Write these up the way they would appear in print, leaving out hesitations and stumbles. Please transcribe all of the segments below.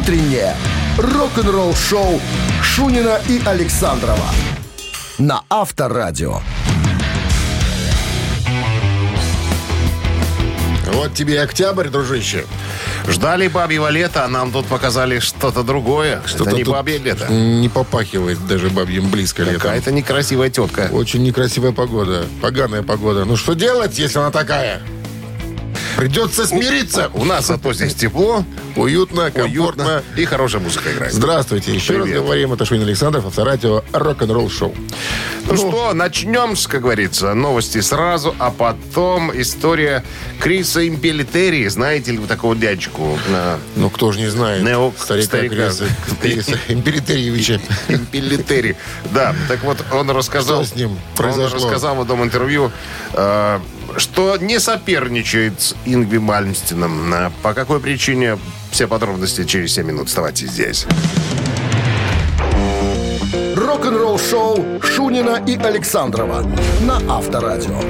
утреннее рок-н-ролл-шоу Шунина и Александрова на Авторадио. Вот тебе и октябрь, дружище. Ждали бабьего лета, а нам тут показали что-то другое. Что-то это не тут бабье лето. Не попахивает даже бабьим близко летом. Какая-то некрасивая тетка. Очень некрасивая погода. Поганая погода. Ну что делать, если она такая? Придется смириться. У нас зато здесь тепло, Уютно, комфортно. и хорошая музыка играет. Здравствуйте. Еще раз говорим. Это Шунин Александров, Авторадио, рок-н-ролл шоу. Ну что, начнем, как говорится, новости сразу, а потом история Криса Импеллитери. Знаете ли вы такого дядечку? Ну, кто же не знает старика Криса Импеллитериевича. Импеллитери. Да, так вот, он рассказал... Что с ним произошло? Он рассказал в одном интервью, что не соперничает с Ингви Мальмстеном. По какой причине? Все подробности через 7 минут. Вставайте здесь. Рок-н-ролл-шоу Шунина и Александрова на Авторадио.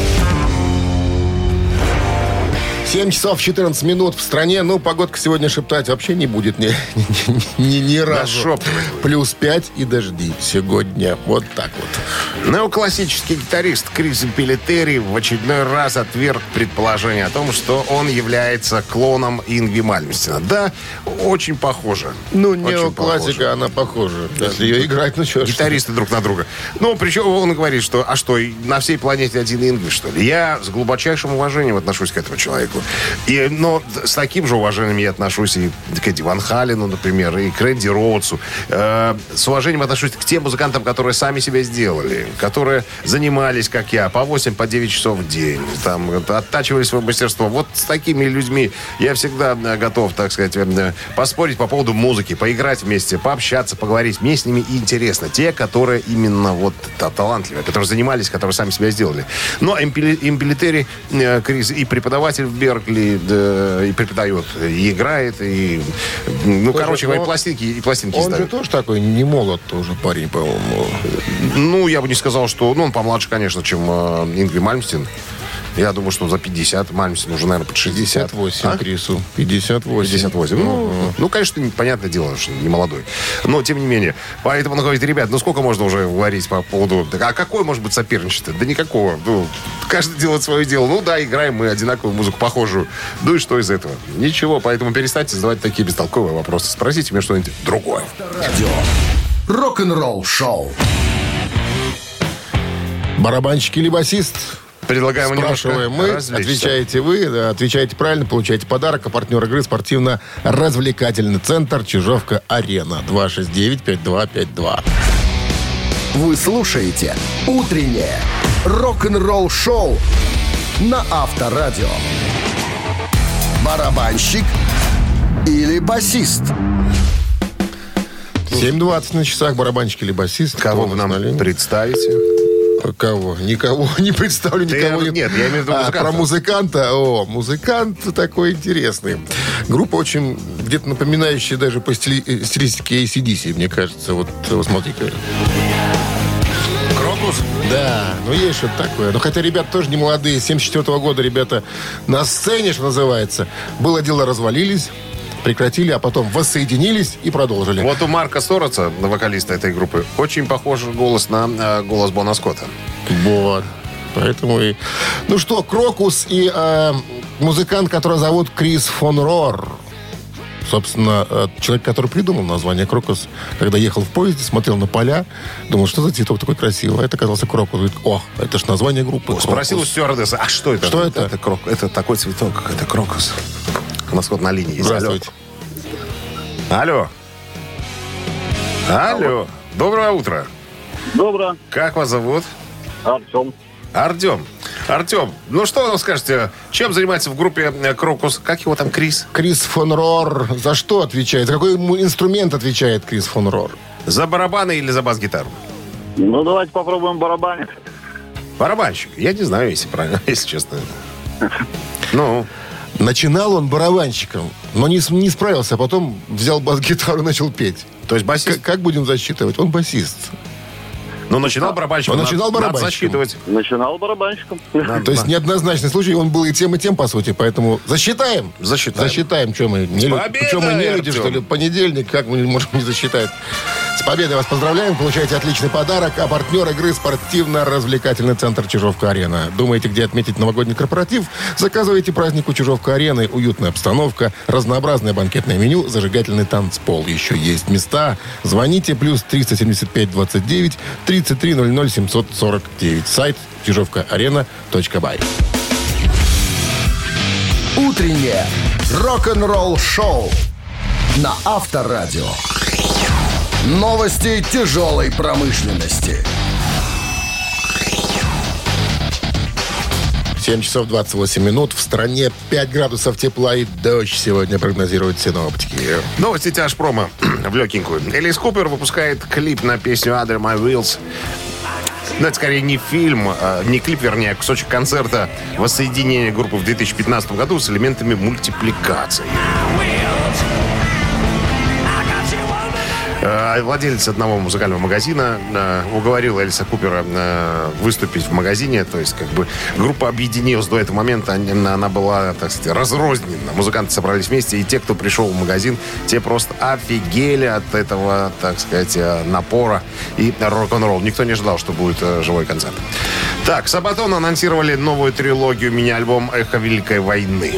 7 часов 14 минут в стране. Ну, погодка сегодня шептать вообще не будет ни разу. Плюс 5 и дожди сегодня. Вот так вот. Неоклассический гитарист Крис Импеллитери в очередной раз отверг предположение о том, что он является клоном Ингви Мальмстена. Да, очень похоже. Ну, неоклассика, она похожа. Если ее играть, ну что ж. Гитаристы друг на друга. Ну, причем он говорит, что, а что, на всей планете один Ингви, что ли? Я с глубочайшим уважением отношусь к этому человеку. Но с таким же уважением я отношусь и к Эдди Ван Халену, например, и к Рэнди Роудсу. С уважением отношусь к тем музыкантам, которые сами себя сделали, которые занимались, как я, по 8-9 часов в день, там, оттачивали свое мастерство. Вот с такими людьми я всегда готов, так сказать, поспорить по поводу музыки, поиграть вместе, пообщаться, поговорить. Мне с ними интересно. Те, которые именно вот талантливые, которые занимались, которые сами себя сделали. Но Импеллитери Крис и преподаватель в Беркли, и преподает, и играет, и... Ну, короче говоря, пластинки Он ставит. же тоже такой не молод тоже парень, по-моему. Ну, я бы не сказал, что... Ну, он помладше, конечно, чем Ингви Мальмстен. Я думаю, что за 50 Мальмстен уже, наверное, под 60. 58 Крису. 58. Ну, конечно, понятное дело, что не молодой. Но, тем не менее. Поэтому он говорит, ребят, ну сколько можно уже говорить по поводу... А какой может быть соперничество? Да никакого. Ну, каждый делает свое дело. Ну да, играем мы одинаковую музыку, похожую. Ну и что из этого? Ничего, поэтому перестаньте задавать такие бестолковые вопросы. Спросите меня что-нибудь другое. Радио. Рок-н-ролл-шоу. Барабанщик или басист? Предлагаем Спрашиваем мы, отвечаете вы, отвечаете правильно, получаете подарок. А партнер игры спортивно-развлекательный центр «Чижовка-Арена». 269-5252. Вы слушаете «Утреннее рок-н-ролл-шоу» на Авторадио. Барабанщик или басист? 7:20 на часах. Барабанщик или басист? Кого вы нам представите? Кого? Никого не представлю, никого. Нет, я имею в виду музыканта. Про музыканта. Музыкант такой интересный. Группа очень где-то напоминающая даже по стилистике AC/DC, мне кажется. Вот смотрите. Крокус? Да, есть что-то такое. Но хотя ребята тоже не молодые. С 74 года ребята на сцене, что называется. Было дело, развалились, прекратили, а потом воссоединились и продолжили. Вот у Марка Сороца, вокалиста этой группы, очень похож голос на голос Бона Скотта. Вот. Поэтому и... Ну что, Крокус и музыкант, которого зовут Крис фон Роор. Собственно, человек, который придумал название Крокус, когда ехал в поезде, смотрел на поля, думал, что за цветок такой красивый. А это оказался Крокус. Говорит, это ж название группы. Спросил у стюардессы, а что это? Что это? Это такой цветок, это Крокус. У нас вот на линии есть. Здравствуйте. Алло. Доброе утро. Доброе. Как вас зовут? Артем. Артем, ну что вы нам скажете? Чем занимается в группе Крокус? Как его там, Крис? Крис фон Роор. За что отвечает? За какой инструмент отвечает Крис фон Роор? За барабаны или за бас-гитару? Ну, давайте попробуем барабанить. Барабанщик. Я не знаю, если правильно, если честно. Ну... Начинал он барабанщиком, но не справился, а потом взял бас-гитару и начал петь. То есть басист? Как будем засчитывать? Он басист. Но начинал барабанщиком. Надо засчитывать. Начинал барабанщиком. То есть неоднозначный случай, он был и тем, по сути. Поэтому засчитаем. Засчитаем. Что мы не люди, что ли? Понедельник, как мы можем не засчитать? С победой вас поздравляем. Получаете отличный подарок. А партнер игры — спортивно-развлекательный центр «Чижовка-арена». Думаете, где отметить новогодний корпоратив? Заказывайте праздник у «Чижовка-арены». Уютная обстановка, разнообразное банкетное меню, зажигательный танцпол. Еще есть места. Звоните +3 375 29 33 00 749. Сайт чижовкаарена.бай. Утреннее рок-н-ролл-шоу на Авторадио. Новости тяжелой промышленности. 7 часов 28 минут. В стране 5 градусов тепла и дождь сегодня прогнозируют синоптики. Новости тяжпрома в легенькую. Элис Купер выпускает клип на песню «Under My Wheels». Но это скорее не фильм, не клип, вернее, а кусочек концерта воссоединения группы в 2015 году с элементами мультипликации. Владелец одного музыкального магазина уговорил Элиса Купера выступить в магазине. То есть, как бы, группа объединилась. До этого момента она была, так сказать, разрознена. Музыканты собрались вместе, и те, кто пришел в магазин, те просто офигели от этого, так сказать, напора и рок-н-ролл. Никто не ожидал, что будет живой концерт. Так, Сабатон анонсировали новую трилогию, мини-альбом «Эхо Великой войны».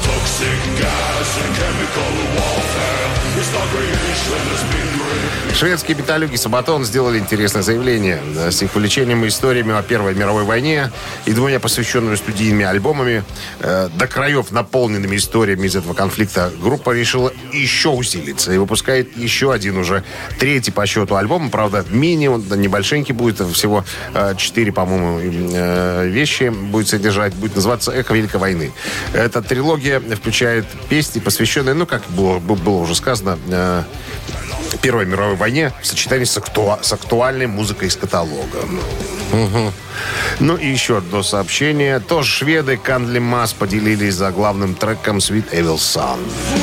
Шведские металлюги Сабатон сделали интересное заявление. С их увлечением и историями о Первой мировой войне и 2 посвященными студийными альбомами, до краев наполненными историями из этого конфликта, группа решила еще усилиться и выпускает еще один, уже 3-й по счету альбом. Правда, мини, он небольшенький будет, всего 4, по-моему, вещи будет содержать. Будет называться «Эхо Великой войны». Эта трилогия включает песни, посвященные, как было уже сказано, Первой мировой войне в сочетании с актуальной музыкой из каталога. Угу. Ну и еще одно сообщение. Тоже шведы Candlemass поделились за главным треком «Sweet Evil Son».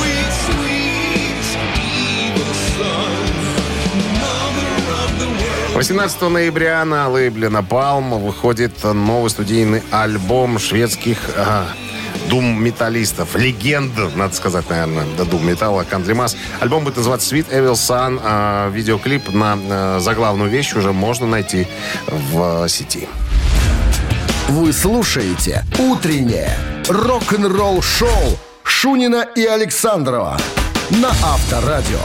18 ноября на лейбле Napalm выходит новый студийный альбом шведских дум-металлистов. Легенда, надо сказать, наверное, дум-металла Candlemass. Альбом будет называться «Sweet Evil Son». А видеоклип на заглавную вещь уже можно найти в сети. Вы слушаете «Утреннее рок-н-ролл-шоу» Шунина и Александрова на Авторадио.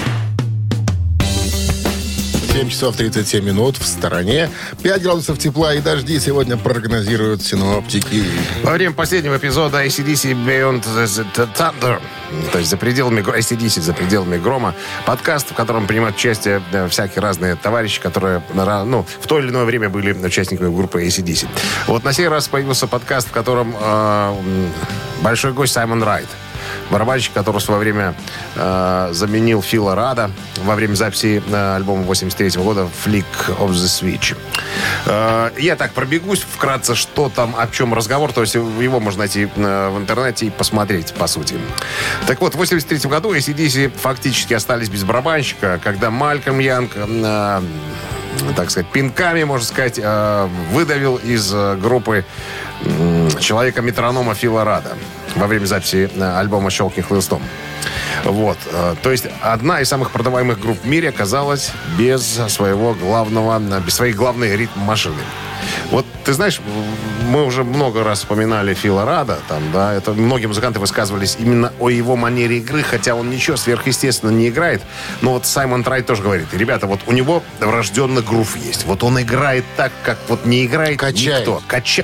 7 часов 37 минут в стороне. 5 градусов тепла и дожди сегодня прогнозируют синоптики. Во время последнего эпизода AC/DC Beyond the Thunder, то есть AC/DC за пределами грома, подкаст, в котором принимают участие всякие разные товарищи, которые в то или иное время были участниками группы AC/DC. Вот на сей раз появился подкаст, в котором большой гость Саймон Райт. Барабанщик, который в свое время заменил Фила Рада во время записи альбома 83 года «Flick of the Switch». Я так пробегусь вкратце, что там, о чем разговор. То есть его можно найти в интернете и посмотреть, по сути. Так вот, в 83 году AC/DC фактически остались без барабанщика, когда Малькольм Янг, так сказать, пинками, можно сказать, выдавил из группы человека-метронома Фила Рада во время записи альбома «Щелкни хлыстом». Вот. То есть одна из самых продаваемых групп в мире оказалась без своей главной ритм-машины. Вот ты знаешь, мы уже много раз вспоминали Фила Рада, это многие музыканты высказывались именно о его манере игры, хотя он ничего сверхъестественно не играет. Но вот Саймон Райт тоже говорит: ребята, вот у него врожденный грув есть. Вот он играет так, как вот не играет никто.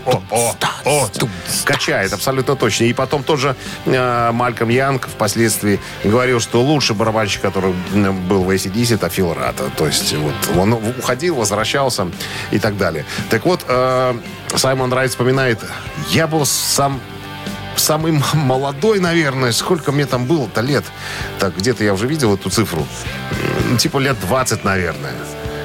Качает, абсолютно точно. И потом тоже Малькольм Янг впоследствии говорил, что лучший барабанщик, который был в AC/DC, это Фил Рад. То есть вот он уходил, возвращался и так далее. Так вот, Саймон Райт вспоминает: я был самый молодой, наверное. Сколько мне там было-то лет? Так, где-то я уже видел эту цифру. Типа лет 20, наверное.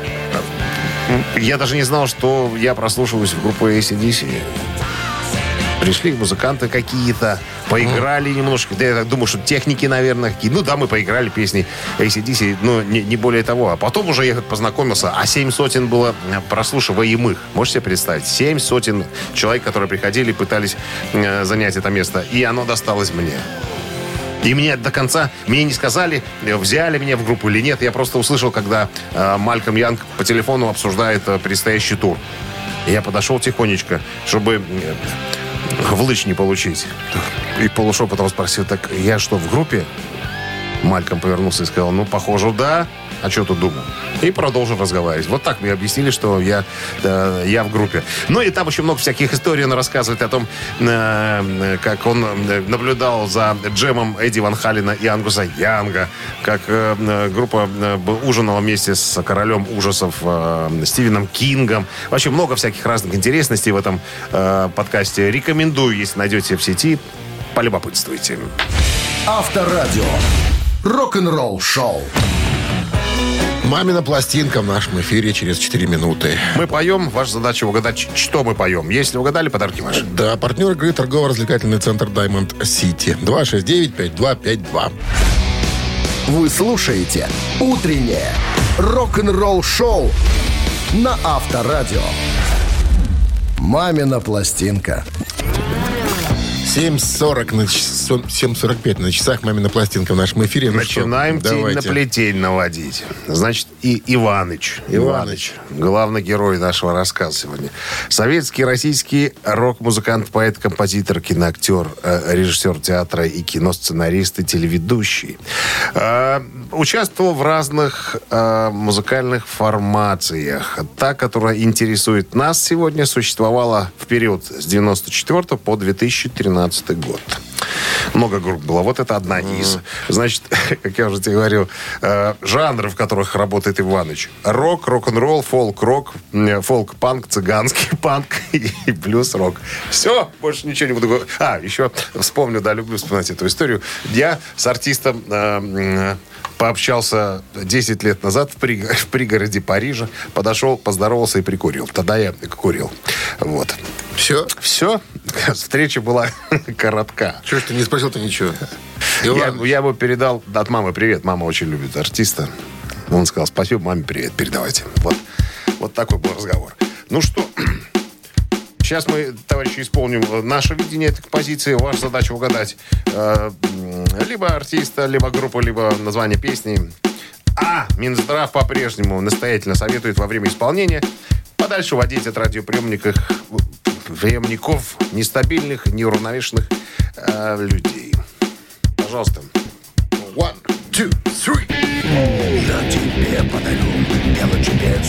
Я даже не знал, что я прослушиваюсь в группе AC/DC. Пришли музыканты какие-то, поиграли немножко. Да, я так думаю, что техники, наверное, какие. Ну да, мы поиграли песни AC/DC, но не более того. А потом уже я познакомился, а 7 сотен было прослушиваемых. Можете себе представить? 7 сотен человек, которые приходили, пытались занять это место. И оно досталось мне. И мне до конца, мне не сказали, взяли меня в группу или нет. Я просто услышал, когда Малькольм Янг по телефону обсуждает предстоящий тур. И я подошел тихонечко, чтобы в лыч не получить. И полушепотом спросил: так я что, в группе? Малькольм повернулся и сказал: ну, похоже, да. А что тут думал? И продолжил разговаривать. Вот так мне объяснили, что я в группе. Ну и там еще много всяких историй. Он рассказывает о том, как он наблюдал за джемом Эдди Ван Халена и Ангуса Янга, как группа ужинала вместе с королем ужасов Стивеном Кингом. Вообще много всяких разных интересностей в этом подкасте. Рекомендую, если найдете в сети, полюбопытствуйте. Авторадио. Рок-н-ролл шоу. «Мамина пластинка» в нашем эфире через 4 минуты. Мы поем. Ваша задача угадать, что мы поем. Если угадали, подарки ваши. Да, партнер игры торгово-развлекательный центр Diamond City. 269-5252. Вы слушаете «Утреннее рок-н-ролл шоу» на Авторадио. «Мамина пластинка». 7:45 на часах «Мамина пластинка» в нашем эфире. Начинаем тень на плетень наводить. Значит, и Иваныч, главный герой нашего рассказа сегодня. Советский, российский рок-музыкант, поэт, композитор, киноактер, режиссер театра и кино, сценарист и телеведущий. Участвовал в разных музыкальных формациях. Та, которая интересует нас сегодня, существовала в период с 94 по 2013 год. Много групп было. Вот это одна из. Значит, как я уже тебе говорил, жанры, в которых работает Иваныч. Рок, рок-н-ролл, фолк-рок, фолк-панк, цыганский панк и блюз-рок. Все, больше ничего не буду говорить. Еще вспомню, люблю вспоминать эту историю. Я с артистом пообщался 10 лет назад в пригороде Парижа. Подошел, поздоровался и прикурил. Тогда я курил. Вот. Все? Все. Встреча была коротка. Чего ж ты не спросил-то ничего? Я ему передал от мамы привет. Мама очень любит артиста. Он сказал: спасибо, маме привет передавайте. Вот такой был разговор. Ну что, сейчас мы, товарищи, исполним наше видение этой композиции. Ваша задача угадать либо артиста, либо группу, либо название песни. Минздрав по-прежнему настоятельно советует во время исполнения подальше уводить от радиоприемников нестабильных, неуравновешенных людей. Пожалуйста. 1, 2, 3. Я тебе подарю белый чепец.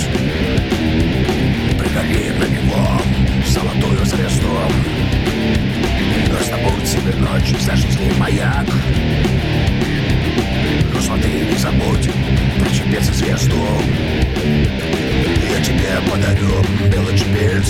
Приколи на него золотую звезду. Раздобудь себе ночь за жизни маяк. Но смотри, не забудь про чепец и звезду. Я тебе подарю белый чепец.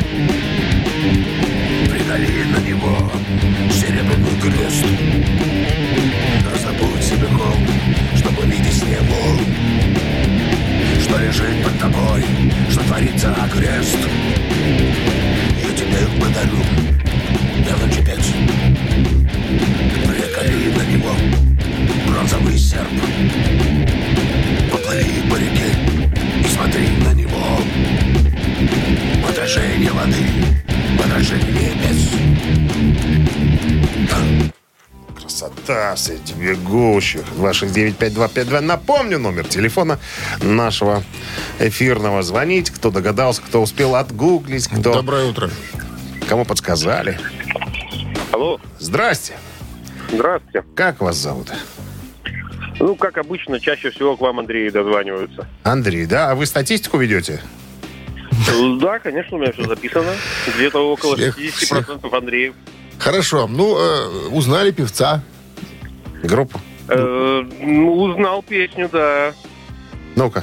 Приколи на него серебряный крест. Раздобудь себе холм, чтобы видеть с него, что лежит под тобой, что творится крест. Я тебе подарю белый чепец. Приколи на него бронзовый серп. Поплыви по реке и смотри на него. В отражении воды, в отражении небес. Красота среди бегущих. 269-5252. Напомню номер телефона нашего эфирного. Звонить, кто догадался, кто успел отгуглить, кто... Доброе утро. Кому подсказали. Алло. Здрасте. Здравствуйте. Как вас зовут? Ну, как обычно, чаще всего к вам Андрей дозваниваются. Андрей, да? А вы статистику ведете? Да, конечно, у меня все записано. Где-то около 60% Андреев. Хорошо. Узнали певца. Группу? Узнал песню, да. Ну-ка.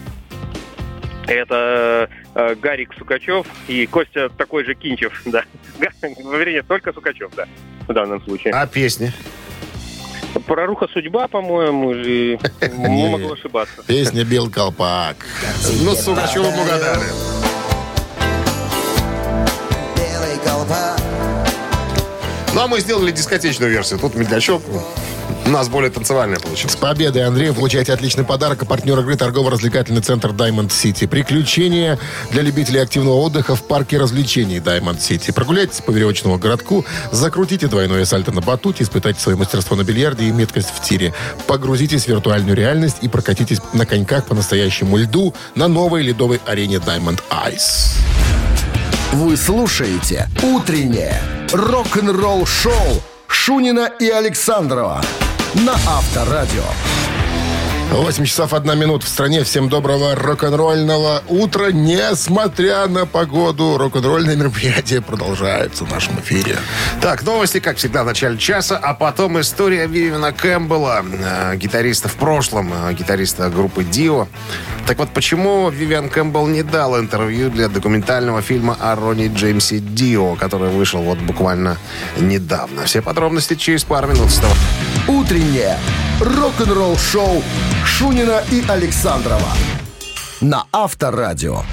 Это Гарик Сукачев и Костя такой же Кинчев, да. Вернее, только Сукачев, да, в данном случае. А песня? Проруха судьба, по-моему, или могу ошибаться. Песня «Белый колпак». Ну, с Сукачевым угадали. Белый колпак Ну, а мы сделали дискотечную версию. Тут медлячок у нас более танцевальная получилась. С победой, Андрей! Получайте отличный подарок. Партнер игры торгово-развлекательный центр Diamond City. Приключения для любителей активного отдыха в парке развлечений Diamond City. Прогуляйтесь по веревочному городку, закрутите двойное сальто на батуте, испытайте свое мастерство на бильярде и меткость в тире. Погрузитесь в виртуальную реальность и прокатитесь на коньках по настоящему льду на новой ледовой арене Diamond Ice. Вы слушаете «Утреннее рок-н-ролл-шоу» Шунина и Александрова на Авторадио. 8 часов 1 минута в стране. Всем доброго рок-н-ролльного утра. Несмотря на погоду, рок-н-ролльные мероприятия продолжаются в нашем эфире. Так, новости, как всегда, в начале часа, а потом история Вивиана Кэмпбелла, гитариста в прошлом, гитариста группы Дио. Так вот, почему Вивиан Кэмпбелл не дал интервью для документального фильма о Ронни Джеймсе Дио, который вышел вот буквально недавно? Все подробности через пару минут. Утреннее рок-н-ролл-шоу Шунина и Александрова на Авторадио.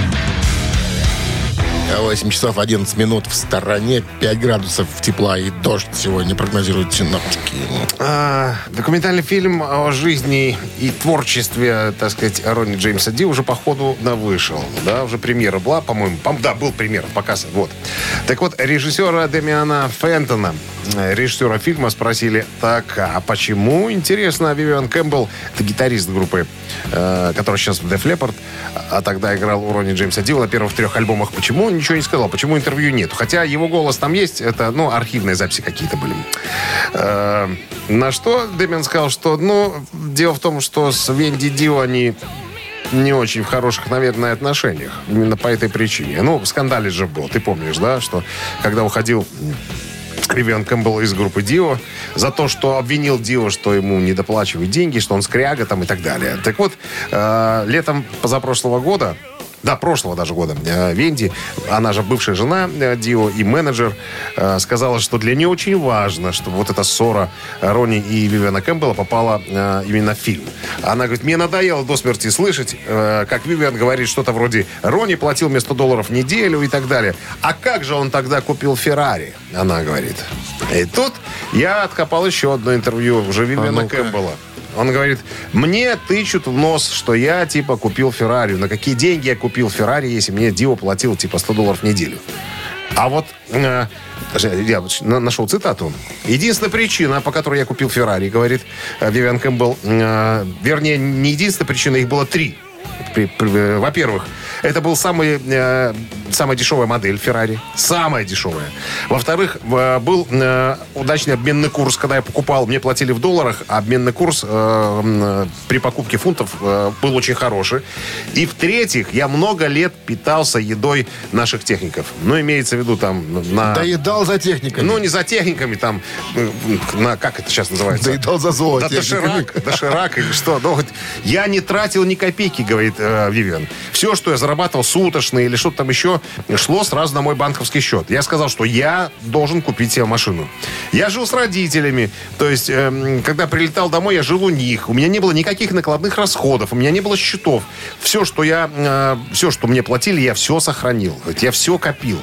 8 часов 11 минут в стороне, 5 градусов тепла и дождь сегодня прогнозируют синоптики. Документальный фильм о жизни и творчестве, так сказать, Ронни Джеймса Дио уже по ходу вышел. Да, уже премьера была, по-моему. Да, был премьер, показ. Вот. Так вот, режиссера Демиана Фентона, режиссера фильма, спросили, так, а почему, интересно, Вивиан Кэмпбелл, это гитарист группы, который сейчас в Def Leppard, а тогда играл у Ронни Джеймса Дио на первых 3 альбомах, почему он ничего не сказал, почему интервью нет? Хотя его голос там есть, это, архивные записи какие-то были. На что Дэмиан сказал, что, дело в том, что с Венди Дио они не очень в хороших, наверное, отношениях. Именно по этой причине. Скандалец же был, ты помнишь, да, что когда уходил Вивиан Кэмпбелл из группы Дио за то, что обвинил Дио, что ему не доплачивают деньги, что он скряга там и так далее. Так вот, летом позапрошлого года, прошлого даже года, Венди, она же бывшая жена Дио и менеджер, сказала, что для нее очень важно, чтобы вот эта ссора Ронни и Вивиана Кэмпбелла попала именно в фильм. Она говорит, мне надоело до смерти слышать, как Вивиан говорит что-то вроде «Ронни платил мне $100 в неделю» и так далее. А как же он тогда купил Феррари? Она говорит. И тут я откопал еще одно интервью уже Вивиана Кэмпбелла. Он говорит, мне тычут в нос, что я, купил Феррари. На какие деньги я купил Феррари, если мне Дио платил, $100 в неделю? А вот, я нашел цитату. Единственная причина, по которой я купил Феррари, говорит Вивиан Кэмпбелл, вернее, не единственная причина, их было 3. Во-первых, это был самая дешевая модель Феррари. Самая дешевая. Во-вторых, был удачный обменный курс. Когда я покупал, мне платили в долларах, а обменный курс при покупке фунтов был очень хороший. И в-третьих, я много лет питался едой наших техников. Имеется в виду там... Доедал за техниками. Не за техниками, там... как это сейчас называется? Доедал за зоотехниками. Доширак или что. Я не тратил ни копейки, говорит Вивиан. Все, что я зарабатывал суточно или что-то там еще, шло сразу на мой банковский счет. Я сказал, что я должен купить себе машину. Я жил с родителями. То есть, когда прилетал домой, я жил у них. У меня не было никаких накладных расходов. У меня не было счетов. Все, что мне платили, я все сохранил. Я все копил.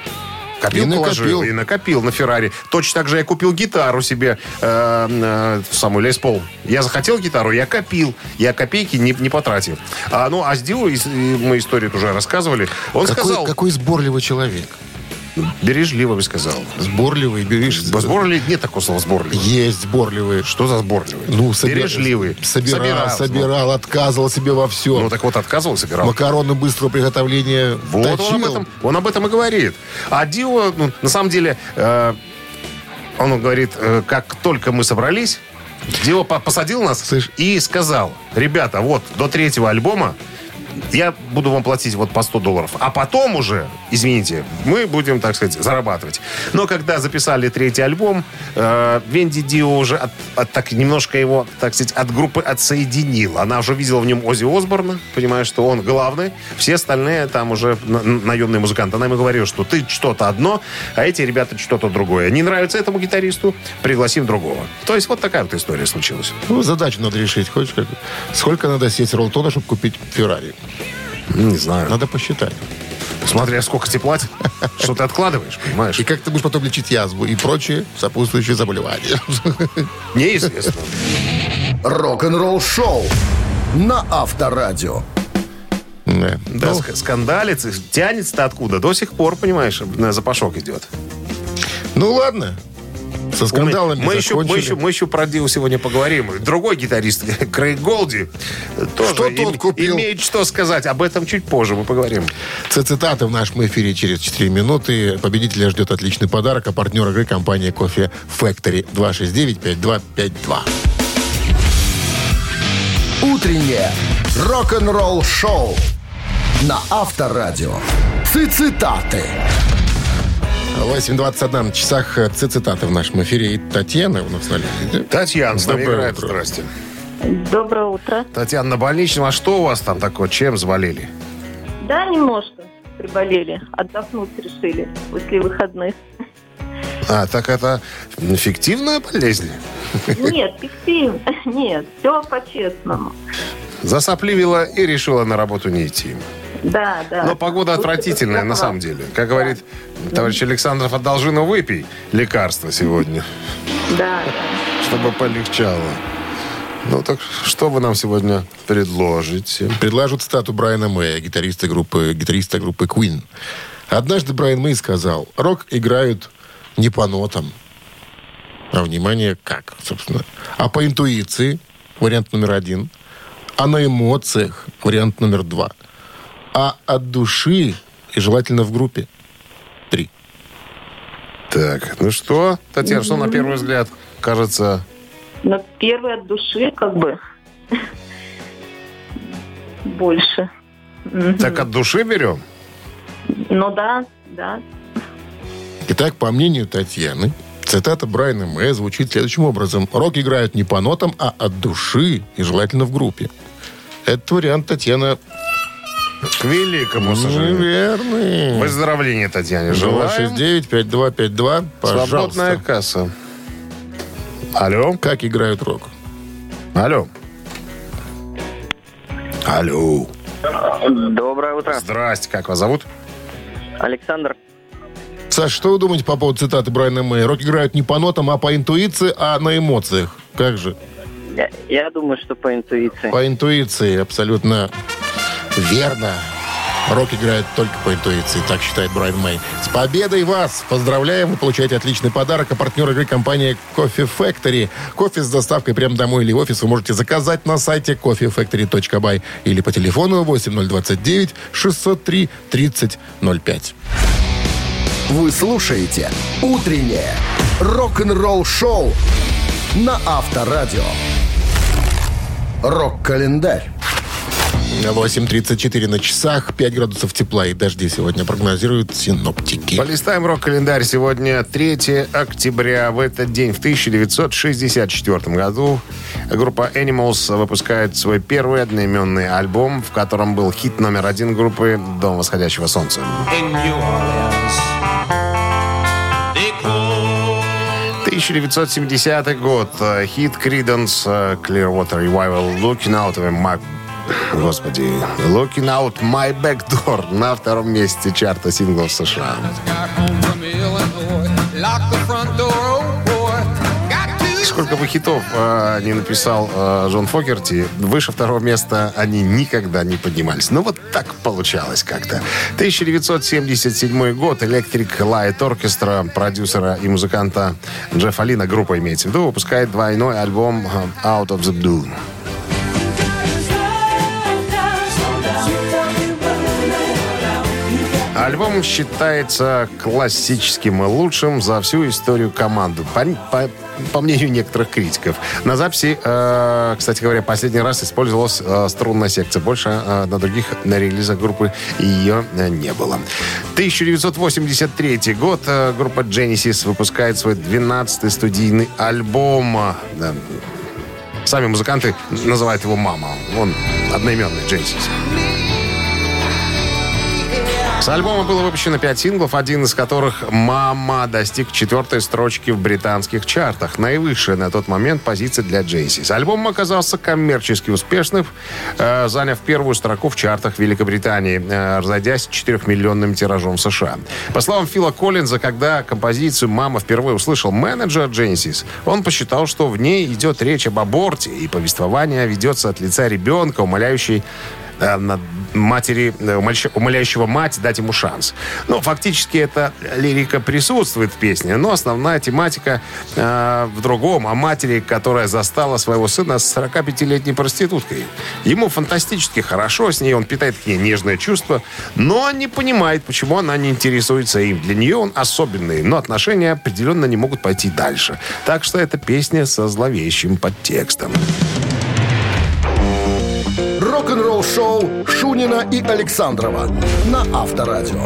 И накопил на Феррари. Точно так же я купил гитару себе, самую Лес Пол. Я захотел гитару, я копил. Я копейки не потратил. А с Дио, мы историю уже рассказывали, он сказал... Какой сборливый человек. Бережливо бы сказал. Сборливый, бережливый. Сборливый, нет такого слова сборливый. Есть сборливый. Что за сборливый? Бережливый. Собирал, отказывал себе во всем. Так вот, отказывал, собирал. Макароны быстрого приготовления он об этом и говорит. А Дио, на самом деле, он говорит, как только мы собрались, Дио посадил нас и сказал, ребята, вот до 3-го альбома я буду вам платить по $100. А потом уже, извините, мы будем, так сказать, зарабатывать. Но когда записали 3-й альбом, Венди Дио уже так немножко его, так сказать, от группы отсоединила. Она уже видела в нем Оззи Осборна, понимаешь, что он главный. Все остальные там уже наемные музыканты. Она ему говорила, что ты что-то одно, а эти ребята что-то другое. Не нравится этому гитаристу, пригласим другого. То есть вот такая вот история случилась. Задачу надо решить. Хочешь, сколько надо сесть роллтона, чтобы купить Феррари? Не знаю. Надо посчитать. Смотря сколько тебе платят, что ты откладываешь, понимаешь? И как ты будешь потом лечить язву и прочие сопутствующие заболевания. Неизвестно. Рок-н-ролл шоу на Авторадио. Да, скандалится, тянется-то откуда? До сих пор, понимаешь, запашок идет. Ну ладно. Со скандалами мы еще про Диву сегодня поговорим. Другой гитарист, Крейг Голди, тоже что тот купил? Имеет что сказать. Об этом чуть позже мы поговорим. Цитаты в нашем эфире через 4 минуты. Победителя ждет отличный подарок. А партнер игры — компания Coffee Factory. 269-5252. Утреннее рок-н-ролл шоу на Авторадио. Цитаты. 8:21 на часах. Цитаты в нашем эфире. И Татьяна у нас на линии. Татьяна с нами Доброе играет. утро. Здрасте. Доброе утро. Татьяна, на больничном. А что у вас там такое? Чем заболели? Да, немножко приболели. Отдохнуть решили после выходных. А, так это фиктивная болезнь? Нет, фиктивно. Нет, все по-честному. Засопливила и решила на работу не идти. Да, да. Но погода отвратительная, на самом деле. Как говорит товарищ Александров, одолжи, выпей лекарство сегодня, Да, чтобы полегчало. Ну так что вы нам сегодня предложите? Предложу цитату Брайана Мэя, гитариста группы Queen. Однажды Брайан Мэй сказал: рок играют не по нотам, а, внимание, как, собственно, а по интуиции, вариант номер 1, а на эмоциях, вариант номер 2, а от души и желательно в группе 3. Так, ну что, Татьяна, что на первый взгляд кажется... Но первый от души как бы больше. Так от души берем? Ну да, да. Итак, по мнению Татьяны, цитата Брайана Мэя звучит следующим образом: рок играют не по нотам, а от души и желательно в группе. Этот вариант, Татьяна, К великому сожалению. неверный. Выздоровления, Татьяне, желаем. 269-5252, пожалуйста. Свободная касса. Алло? Как играют рок? Алло? Алло? Доброе утро. Здрасте, как вас зовут? Александр. Саш, что вы думаете по поводу цитаты Брайана Мэя? Рок играют не по нотам, а по интуиции, а на эмоциях. Как же? Я думаю, что по интуиции. По интуиции, абсолютно верно. Рок играет только по интуиции, так считает Брайан Мэй. С победой вас! Поздравляем! Вы получаете отличный подарок. А партнер игры — компания Coffee Factory. Кофе с доставкой прямо домой или в офис вы можете заказать на сайте coffeefactory.by или по телефону 8029 603 3005. Вы слушаете «Утреннее рок-н-ролл-шоу» на Авторадио. Рок-календарь. 8:34 на часах, 5 градусов тепла и дожди сегодня прогнозируют синоптики. Полистаем рок-календарь. Сегодня 3 октября. В этот день, в 1964 году, группа Animals выпускает свой первый одноименный альбом, в котором был хит номер 1 группы «Дом восходящего солнца». 1970 год. Хит Creedence Clearwater Revival «Looking Out of My...» Господи. «Looking Out My Back Door» на втором месте чарта синглов США. Сколько бы хитов не написал Джон Фогерти, выше второго места они никогда не поднимались. Ну, вот так получалось как-то. 1977 год. Electric Light Orchestra, продюсера и музыканта Джеффа Лина, группа имеется в виду, выпускает двойной альбом «Out of the Blue». Альбом считается классическим и лучшим за всю историю команды, по мнению некоторых критиков. На записи, кстати говоря, последний раз использовалась струнная секция. Больше на других релизах группы ее не было. 1983 год. Группа Genesis выпускает свой 12-й студийный альбом. Сами музыканты называют его «Мама». Он одноименный, Genesis. С альбома было выпущено 5 синглов, один из которых «Мама» достиг 4-й строчки в британских чартах. Наивысшая на тот момент позиция для Джейсис. Альбом оказался коммерчески успешным, заняв первую строку в чартах Великобритании, разойдясь 4-миллионным тиражом в США. По словам Фила Коллинза, когда композицию «Мама» впервые услышал менеджер Джейсис, он посчитал, что в ней идет речь об аборте, и повествование ведется от лица ребенка, умоляющего мать дать ему шанс. Ну, фактически эта лирика присутствует в песне, но основная тематика в другом, о матери, которая застала своего сына с 45-летней проституткой. Ему фантастически хорошо с ней, он питает к ней нежное чувство, но не понимает, почему она не интересуется им. Для нее он особенный, но отношения определенно не могут пойти дальше. Так что это песня со зловещим подтекстом. Рок-н-ролл-шоу Шунина и Александрова на Авторадио.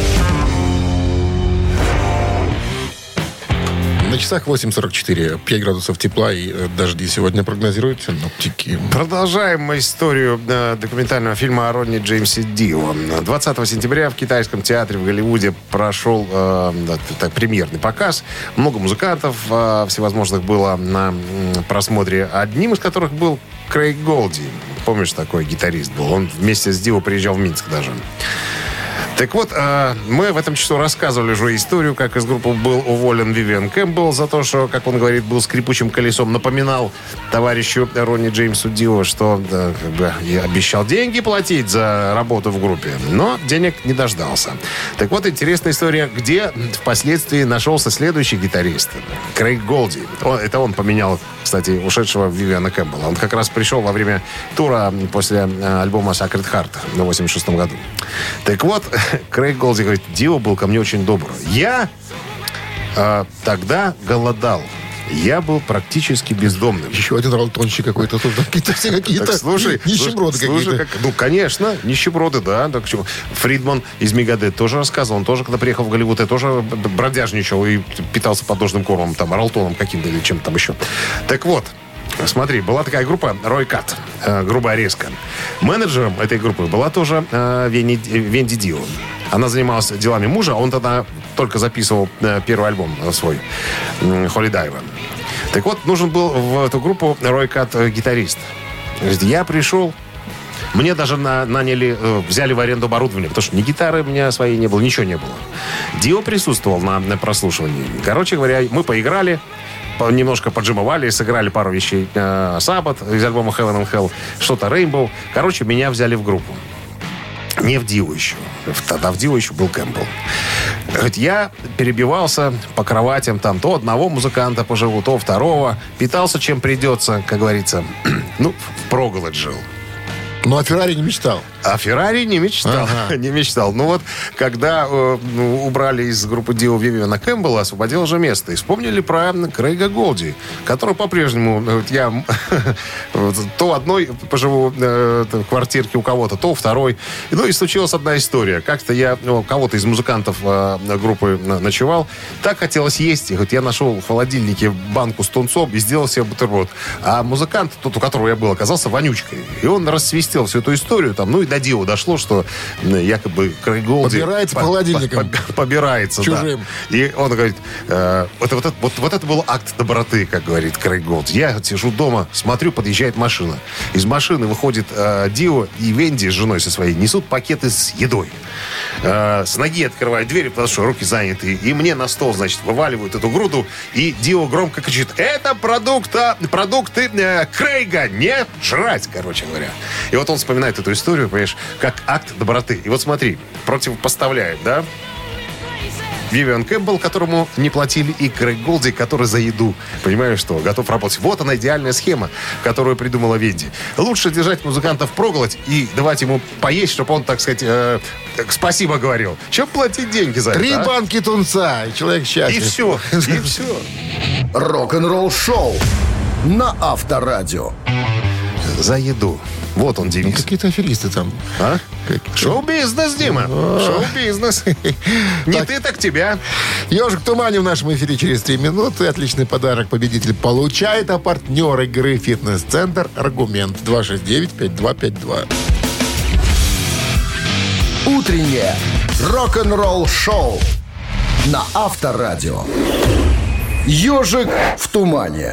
На часах 8:44. 5 градусов тепла и дожди сегодня прогнозируют синоптики. Продолжаем мы историю документального фильма о Ронни Джеймсе Дио. 20 сентября в Китайском театре в Голливуде прошел премьерный показ. Много музыкантов всевозможных было на просмотре. Одним из которых был Крейг Голди. Помнишь, такой гитарист был? Он вместе с Дио приезжал в Минск даже. Так вот, мы в этом часу рассказывали уже историю, как из группы был уволен Вивиан Кэмпбелл за то, что, как он говорит, был скрипучим колесом. Напоминал товарищу Ронни Джеймсу Дио, что обещал деньги платить за работу в группе, но денег не дождался. Так вот, интересная история, где впоследствии нашелся следующий гитарист, Крейг Голди. Это он поменял, кстати, ушедшего Вивиана Кэмпбелла. Он как раз пришел во время тура после альбома Sacred Heart в 86 году. Так вот, Крейг Голди говорит, Дио был ко мне очень добр. Я тогда голодал. Я был практически бездомным. Еще один ролтончик какой-то тут. Какие-то слушай, нищеброды какие-то. Ну, конечно, нищеброды, да. Так, Фридман из Мегадет тоже рассказывал. Он тоже, когда приехал в Голливуд, тоже бродяжничал и питался подножным кормом, там, ролтоном каким-то или чем-то там еще. Так вот, смотри, была такая группа Рой Кат, грубая резка. Менеджером этой группы была тоже Венди Дио. Она занималась делами мужа, он тогда только записывал первый альбом свой, Холли Дайва. Так вот, нужен был в эту группу Рой Кат гитарист. Я пришел, мне даже взяли в аренду оборудование, потому что ни гитары у меня своей не было, ничего не было. Дио присутствовал на прослушивании. Короче говоря, мы поиграли, немножко поджимовали, сыграли пару вещей Sabbath из альбома Heaven and Hell, что-то Rainbow. Короче, меня взяли в группу. Не в Дио еще. Тогда в Дио еще был Кэмпбелл. Я перебивался по кроватям, там то одного музыканта поживу, то второго. Питался чем придется, как говорится. Ну, впроголодь жил. Ну, о Феррари не мечтал. О Феррари не мечтал. Ага. Не мечтал. Ну вот, когда убрали из группы Дио Вивиана Кэмпбелла, освободил же место. И вспомнили про Крейга Голди, который по-прежнему... Я то одной поживу в квартирке у кого-то, то второй. Ну и случилась одна история. Как-то я кого-то из музыкантов группы ночевал. Так хотелось есть. И я нашел в холодильнике банку с тунцом и сделал себе бутерброд. А музыкант, тот, у которого я был, оказался вонючкой. И он рассвистел всю эту историю. Там, ну и до Дио дошло, что якобы Крейг Голди... Побирается по холодильникам. Побирается, чужим. Да. И он говорит, вот это был акт доброты, как говорит Крейг Голди. Я сижу дома, смотрю, подъезжает машина. Из машины выходит Дио и Венди с женой со своей несут пакеты с едой. С ноги открывают двери, потому что руки заняты. И мне на стол, значит, вываливают эту груду. И Дио громко кричит, это продукты Крейга, не жрать, короче говоря. И вот он вспоминает эту историю, понимаешь, как акт доброты. И вот смотри, противопоставляет, да? Вивиан Кэмпбелл, которому не платили, и Крейг Голди, который за еду, понимаешь, что готов работать. Вот она, идеальная схема, которую придумала Венди. Лучше держать музыканта впроголодь и давать ему поесть, чтобы он, так сказать, спасибо говорил, чем платить деньги за это. 3 банки тунца, и человек счастлив. И все. Рок-н-ролл шоу на Авторадио. За еду. Вот он, девиз. Какие-то аферисты там. А? Шоу-бизнес, Дима. Шоу-бизнес. Не ты, так тебя. «Ежик в тумане» в нашем эфире через 3 минуты. Отличный подарок победитель получает, а партнер игры «Фитнес-центр» «Аргумент». 269-5252. Утреннее Рок-н-ролл-шоу на Авторадио. «Ежик в тумане».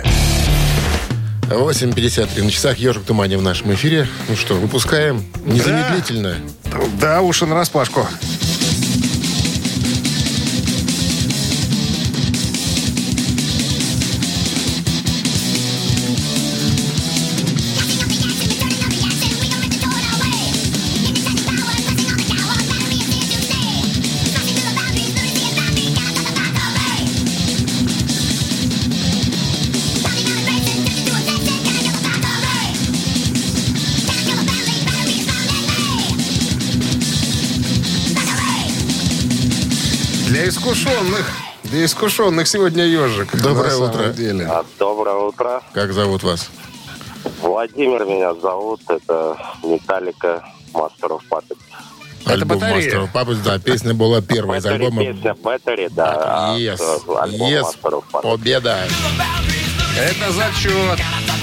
8:53 на часах. «Ежик в тумане» в нашем эфире. Ну что, выпускаем незамедлительно. Да, уши нараспашку. Для искушенных сегодня ежик. Доброе утро. Деле. Доброе утро. Как зовут вас? Владимир меня зовут. Это Металлика, Master of Puppets. Альбом батарея. Master of Puppets, да, песня была первая из альбома. Песня Battery, да. Yes, Альбом yes, Master of Puppets. победа. Это зачет.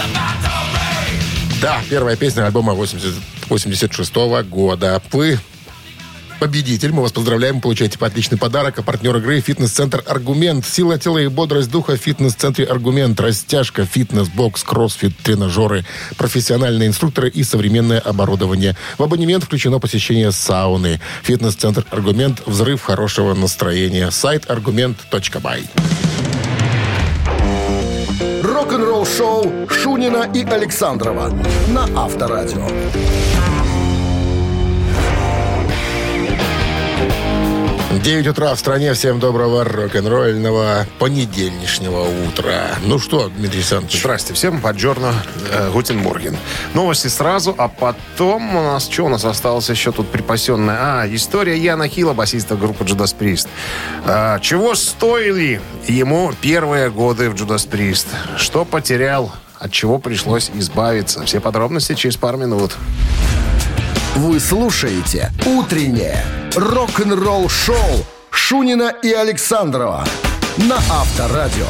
Да, первая песня альбома 86 года. Вы победитель. Мы вас поздравляем. Получаете отличный подарок. А партнер игры «Фитнес-центр Аргумент». Сила тела и бодрость духа в «Фитнес-центре Аргумент». Растяжка, фитнес-бокс, кроссфит, тренажеры, профессиональные инструкторы и современное оборудование. В абонемент включено посещение сауны. «Фитнес-центр Аргумент». Взрыв хорошего настроения. Сайт argument.by. Рок-н-ролл-шоу Шунина и Александрова на Авторадио. 9 утра в стране. Всем доброго рок-н-ролльного понедельничного утра. Ну что, Дмитрий Александрович? Здрасте всем, баджорно, гутен морген. Новости сразу, а потом у нас осталось еще тут припасенное? История Яна Хилла, басиста группы Judas Priest. Чего стоили ему первые годы в Judas Priest? Что потерял? От чего пришлось избавиться? Все подробности через пару минут. Вы слушаете «Утреннее рок-н-ролл-шоу» Шунина и Александрова на Авторадио.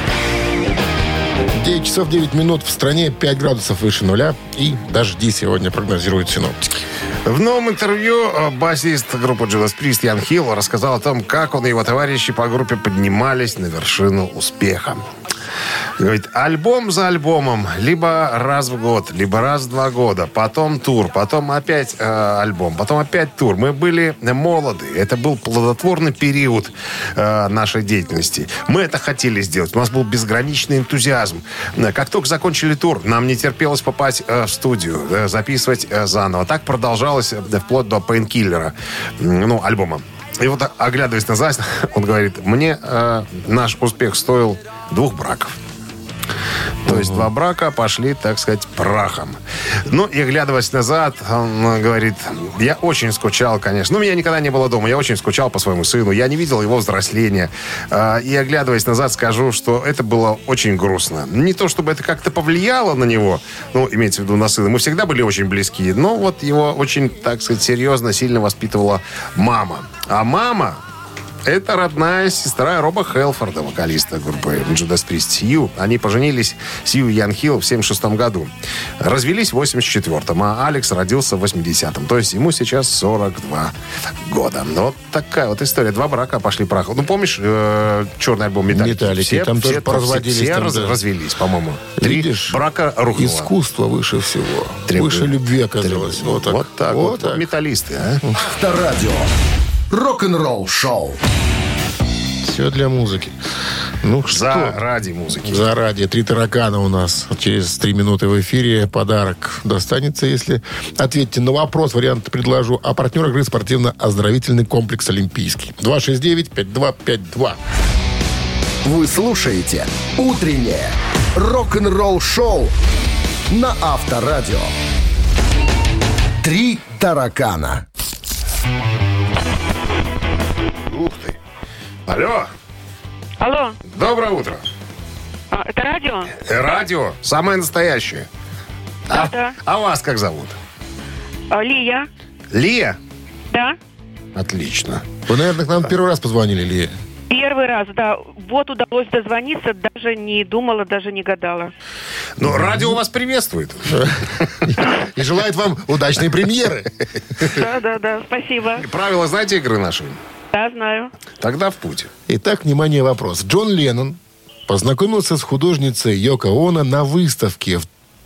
9 часов 9 минут в стране, 5 градусов выше нуля. И дожди сегодня прогнозируют синоптики. В новом интервью басист группы Judas Priest Ян Хилл рассказал о том, как он и его товарищи по группе поднимались на вершину успеха. Говорит, альбом за альбомом, либо раз в год, либо раз в 2 года, потом тур, потом опять альбом, потом опять тур. Мы были молоды, это был плодотворный период нашей деятельности. Мы это хотели сделать, у нас был безграничный энтузиазм. Как только закончили тур, нам не терпелось попасть в студию, записывать заново. Так продолжалось вплоть до Painkiller, альбома. И вот, оглядываясь назад, он говорит, мне наш успех стоил 2 браков. То есть 2 брака пошли, так сказать, прахом. И оглядываясь назад, он говорит, я очень скучал, конечно. Меня никогда не было дома, я очень скучал по своему сыну. Я не видел его взросления. И оглядываясь назад, скажу, что это было очень грустно. Не то, чтобы это как-то повлияло на него, имеется в виду на сына. Мы всегда были очень близки. Но вот его очень, так сказать, серьезно, сильно воспитывала мама. А мама... Это родная сестра Роба Хелфорда, вокалиста группы Judas Priest, Сью. Они поженились, Сью и Ян Хилл, в 1976 году. Развелись в 1984-м, а Алекс родился в 80-м. То есть ему сейчас 42 года. Вот такая вот история. 2 брака пошли прахом. Помнишь черный альбом «Металлики»? Там тоже поразводились. Все развелись, по-моему. 3 брака рухнуло. Искусство выше всего. Выше любви оказалось. Вот так. Металлисты, а? Авторадио. Рок-н-ролл-шоу. Все для музыки. Ради музыки. Заради. 3 таракана у нас. Через 3 минуты в эфире подарок достанется, если ответите на вопрос. Вариант предложу. А партнер игры спортивно-оздоровительный комплекс «Олимпийский». 269-5252. Вы слушаете «Утреннее рок-н-ролл-шоу» на Авторадио. 3 таракана. Ух ты. Алло. Алло. Доброе утро. Это радио? Радио. Самое настоящее. Да. А вас как зовут? Лия. Лия? Да. Отлично. Вы, наверное, к нам первый раз позвонили, Лия. Первый раз, да. Вот удалось дозвониться, даже не думала, даже не гадала. Но радио вас приветствует. И желает вам удачной премьеры. Да, спасибо. Правила знаете игры нашей? Да, знаю. Тогда в путь. Итак, внимание, вопрос. Джон Леннон познакомился с художницей Йоко Оно на выставке в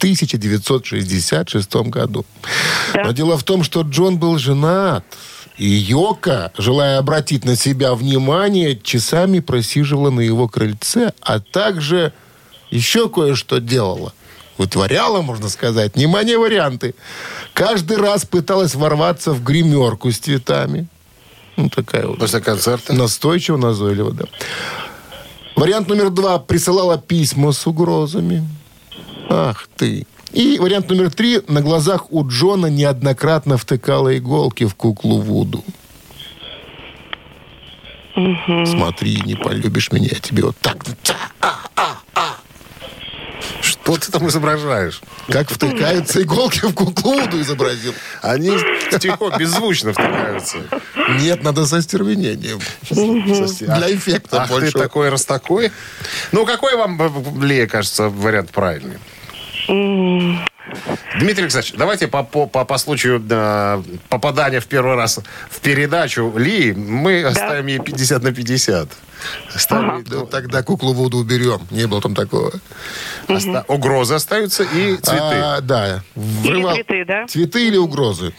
1966 году. Да. Но дело в том, что Джон был женат. И Йоко, желая обратить на себя внимание, часами просиживала на его крыльце, а также еще кое-что делала. Вытворяла, можно сказать. Внимание, варианты. Каждый раз пыталась ворваться в гримерку с цветами. Ну, такая вот. После концерта? Настойчиво, назойливо, да. Вариант номер 2. Присылала письма с угрозами. Ах ты. И вариант номер 3. На глазах у Джона неоднократно втыкала иголки в куклу Вуду. Смотри, не полюбишь меня, я тебе вот так. Что ты там изображаешь? Как втыкаются иголки в куклу Вуду изобразил. Они тихо, беззвучно втыкаются. Нет, надо со остервенением. Для эффекта Ах, больше. ты такой, раз такой. Ну, какой вам, Лея, кажется, вариант правильный? Дмитрий Александрович, давайте по случаю попадания в первый раз в передачу Ли, мы оставим ей 50 на 50. Ну, тогда куклу Вуду уберем. Не было там такого. Угрозы остаются и цветы. Да. Или цветы, да? Цветы или угрозы?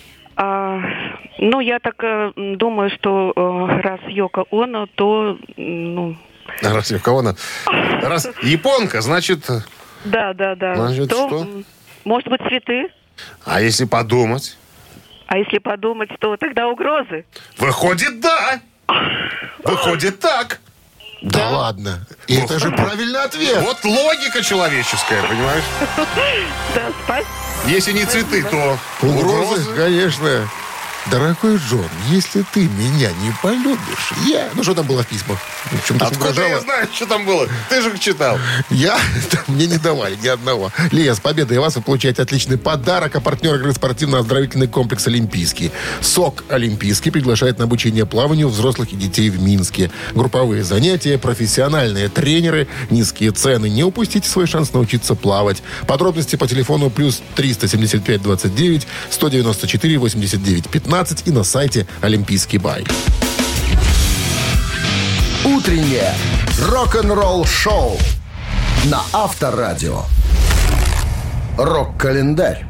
Ну, я так думаю, что раз Йоко Оно, то... Ну... Раз Йоко Оно. Раз японка, значит... Да. Значит, то, что? Может быть, цветы? А если подумать? А если подумать, то тогда угрозы. Выходит, да. Выходит, так. Да ладно. И это же правильный ответ. Вот логика человеческая, понимаешь? Да, спасибо. Если не цветы, то Угрозы, конечно. Дорогой Джон, если ты меня не полюбишь, я... Ну, что там было в письмах? В чем-то Откуда я знаю, что там было? Ты же их читал. Мне не давали ни одного. Лия, с победой вас вы получаете отличный подарок. А партнер игры спортивно-оздоровительный комплекс «Олимпийский». СОК «Олимпийский» приглашает на обучение плаванию взрослых и детей в Минске. Групповые занятия, профессиональные тренеры, низкие цены. Не упустите свой шанс научиться плавать. Подробности по телефону плюс 375 29 194 89 15 и на сайте Олимпийский бай. Утреннее рок-н-ролл-шоу на Авторадио. Рок-календарь.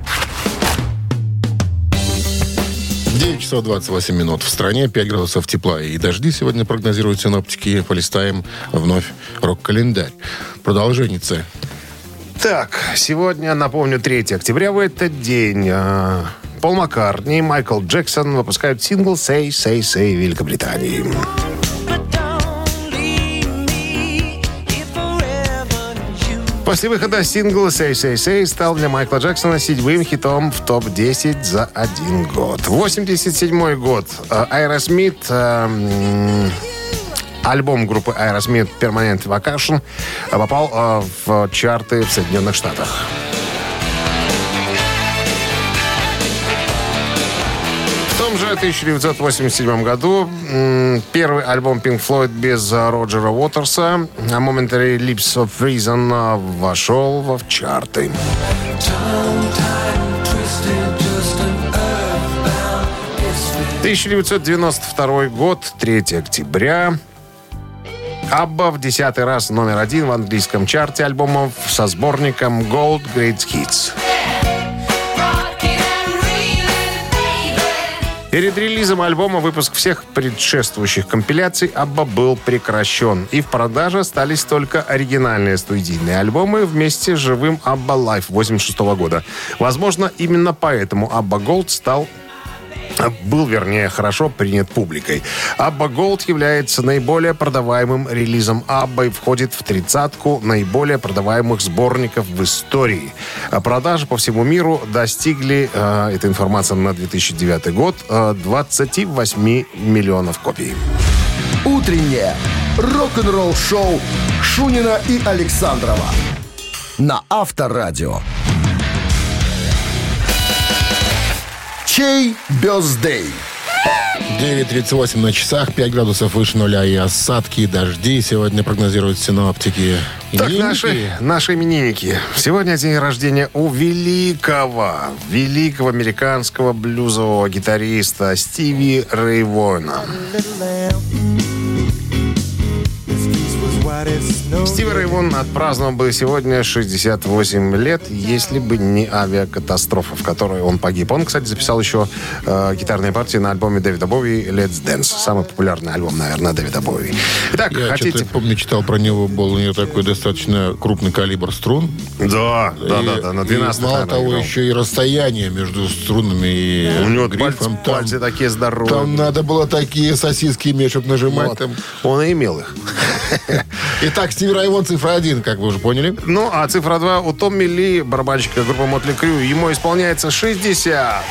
9 часов 28 минут. В стране 5 градусов тепла и дожди сегодня прогнозируют синоптики. Полистаем вновь рок-календарь. Продолженница. Так, сегодня, напомню, 3 октября в этот день Пол Маккартни и Майкл Джексон выпускают сингл «Say, Say, Say» в Великобритании. После выхода сингла «Say, Say, Say» стал для Майкла Джексона 7-м хитом в топ-10 за один год. 87-й год. Aerosmith... Альбом группы Aerosmith «Permanent Vacation» попал в чарты в Соединенных Штатах. В том же 1987 году первый альбом Pink Floyd без Роджера Уотерса «Momentary Lapse of Reason» вошел в чарты. 1992 год, 3 октября. Абба в 10-й раз номер 1 в английском чарте альбомов со сборником Gold Great Hits. Перед релизом альбома выпуск всех предшествующих компиляций Абба был прекращен. И в продаже остались только оригинальные студийные альбомы вместе с живым Абба Live 1986 года. Возможно, именно поэтому Абба Gold был хорошо принят публикой. Абба Gold является наиболее продаваемым релизом Абба и входит в 30-ку наиболее продаваемых сборников в истории. Продажи по всему миру достигли, эта информация на 2009 год, 28 миллионов копий. Утреннее рок-н-ролл-шоу Шунина и Александрова на Авторадио. Чей бёздей? 9:38 на часах, 5 градусов выше нуля и осадки, и дожди сегодня прогнозируют синоптики. Так, наши именинники. Сегодня день рождения у великого американского блюзового гитариста Стиви Рэй Вона. Стиви Рэй Вон отпраздновал бы сегодня 68 лет, если бы не авиакатастрофа, в которой он погиб. Он, кстати, записал еще гитарные партии на альбоме Дэвида Боуи «Let's Dance». Самый популярный альбом, наверное, Дэвида Боуи. Итак, я хотите... помню, читал про него, был у него такой достаточно крупный калибр струн. Да, на 12. Мало того, еще и расстояние между струнами и у него грифом. пальцы такие здоровые. Там надо было такие сосиски иметь, чтобы нажимать. Вот. Там. Он и имел их. Итак, Стиви Рэй Вон цифра 1, как вы уже поняли. Ну, а цифра 2 у Томми Ли, барабанщика группы Мотли Крю. Ему исполняется 60.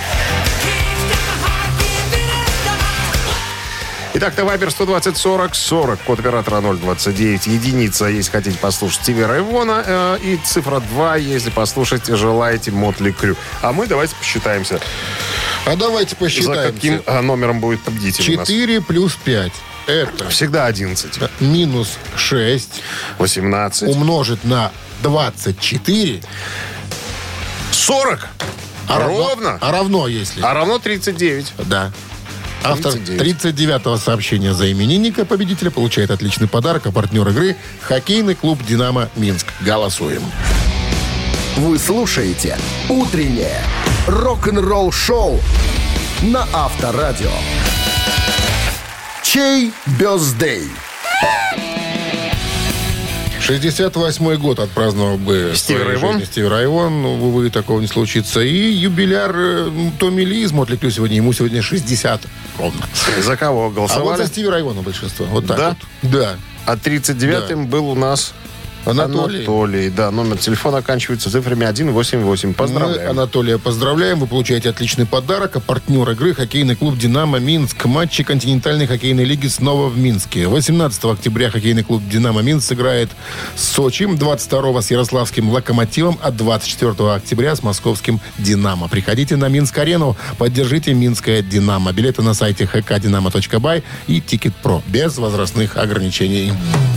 Итак, на Вайбер 120-40-40, код оператора 029, единица, если хотите послушать Стиви Рэй Вона, и цифра 2, если послушать желаете Мотли Крю. А мы давайте посчитаемся. А давайте посчитаемся. За каким номером будет победитель 4 плюс 5. Это всегда 11. Минус 6. 18. Умножить на 24. 40. Ровно. А равно, если. А равно 39. Да. Автор 39-го сообщения за именинника победителя получает отличный подарок, а партнер игры — хоккейный клуб «Динамо Минск». Голосуем. Вы слушаете «Утреннее рок-н-ролл-шоу» на Авторадио. Чей бёздей? 68-й год отпраздновал бы Стиви Рэй Вон. Стиви Рэй Вон, но, увы, такого не случится. И юбиляр Томми Ли из Мотли Крю сегодня. Ему сегодня 60 ровно. За кого голосовали? А вот за Стиви Рэй Вона большинство. Вот так да? вот. Да. А 39-м был у нас Анатолий. Да, номер телефона оканчивается цифрами 188. Поздравляем. Мы Анатолия поздравляем. Вы получаете отличный подарок. А партнер игры — хоккейный клуб «Динамо Минск». Матчи континентальной хоккейной лиги снова в Минске. 18 октября хоккейный клуб «Динамо Минск» сыграет с Сочи, 22 с Ярославским «Локомотивом», а 24 октября с московским «Динамо». Приходите на Минск-арену, поддержите минское «Динамо». Билеты на сайте hkdinamo.by и Тикет.Про. Без возрастных ограничений.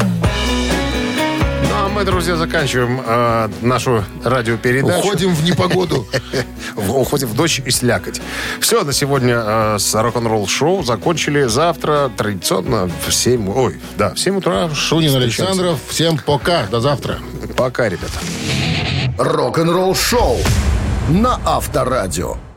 Мы, друзья, заканчиваем нашу радиопередачу. Уходим в непогоду. Уходим в дождь и слякоть. Все, на сегодня с рок-н-ролл шоу закончили. Завтра традиционно в 7 утра. Шунин, Александров. Всем пока. До завтра. Пока, ребята. Рок-н-ролл шоу на Авторадио.